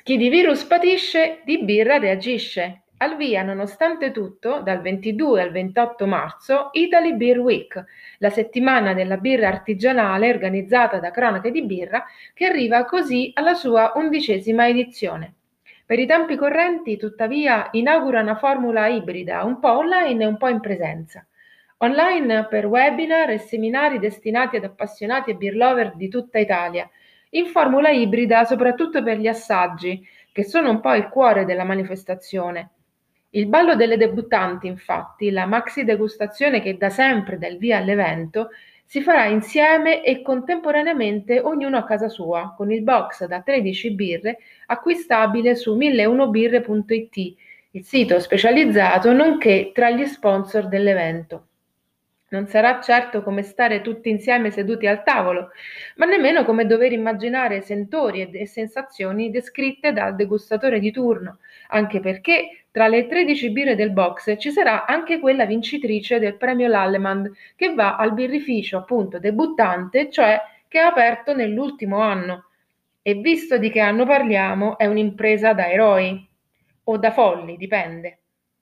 Chi di virus patisce, di birra reagisce. Al via, nonostante tutto, dal 22 al 28 marzo, Italy Beer Week, la settimana della birra artigianale organizzata da Cronache di Birra, che arriva così alla sua 11ª edizione. Per i tempi correnti, tuttavia, inaugura una formula ibrida, un po' online e un po' in presenza. Online per webinar e seminari destinati ad appassionati e beer lover di tutta Italia, in formula ibrida soprattutto per gli assaggi, che sono un po' il cuore della manifestazione. Il ballo delle debuttanti, infatti, la maxi degustazione che da sempre dà il via all'evento, si farà insieme e contemporaneamente ognuno a casa sua, con il box da 13 birre acquistabile su 1001birre.it, il sito specializzato nonché tra gli sponsor dell'evento. Non sarà certo come stare tutti insieme seduti al tavolo, ma nemmeno come dover immaginare sentori e sensazioni descritte dal degustatore di turno, anche perché tra le 13 birre del box ci sarà anche quella vincitrice del premio Lallemand, che va al birrificio appunto debuttante, cioè che ha aperto nell'ultimo anno. E visto di che anno parliamo, è un'impresa da eroi o da folli, dipende.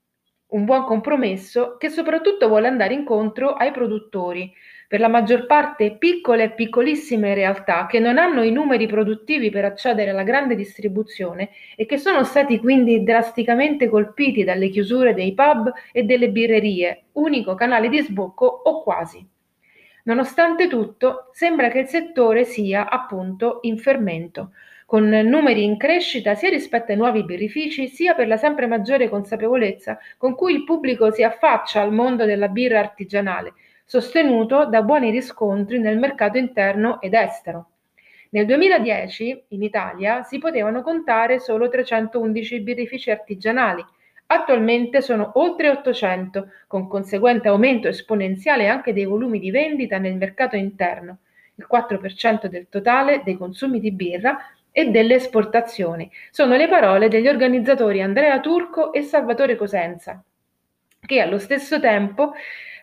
Un buon compromesso che soprattutto vuole andare incontro ai produttori, per la maggior parte piccole e piccolissime realtà che non hanno i numeri produttivi per accedere alla grande distribuzione e che sono stati quindi drasticamente colpiti dalle chiusure dei pub e delle birrerie, unico canale di sbocco o quasi. Nonostante tutto, sembra che il settore sia appunto in fermento, con numeri in crescita sia rispetto ai nuovi birrifici, sia per la sempre maggiore consapevolezza con cui il pubblico si affaccia al mondo della birra artigianale, sostenuto da buoni riscontri nel mercato interno ed estero. Nel 2010 in Italia si potevano contare solo 311 birrifici artigianali. Attualmente sono oltre 800, con conseguente aumento esponenziale anche dei volumi di vendita nel mercato interno, il 4% del totale dei consumi di birra e delle esportazioni. Sono le parole degli organizzatori Andrea Turco e Salvatore Cosenza, che allo stesso tempo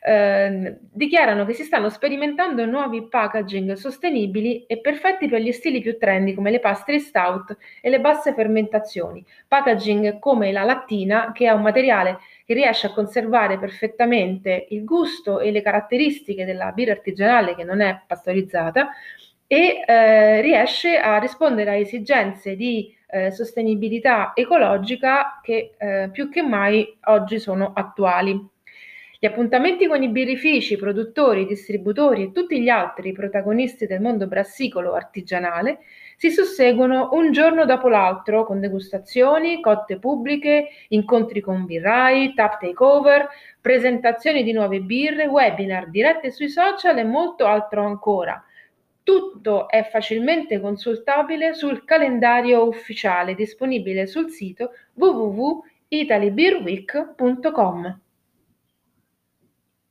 dichiarano che si stanno sperimentando nuovi packaging sostenibili e perfetti per gli stili più trendy come le pastry stout e le basse fermentazioni, packaging come la lattina che ha un materiale che riesce a conservare perfettamente il gusto e le caratteristiche della birra artigianale che non è pastorizzata e riesce a rispondere a esigenze di sostenibilità ecologica che più che mai oggi sono attuali. Gli appuntamenti con i birrifici, i produttori, i distributori e tutti gli altri protagonisti del mondo brassicolo artigianale si susseguono un giorno dopo l'altro con degustazioni, cotte pubbliche, incontri con birrai, tap takeover, presentazioni di nuove birre, webinar dirette sui social e molto altro ancora. Tutto è facilmente consultabile sul calendario ufficiale disponibile sul sito www.italybeerweek.com.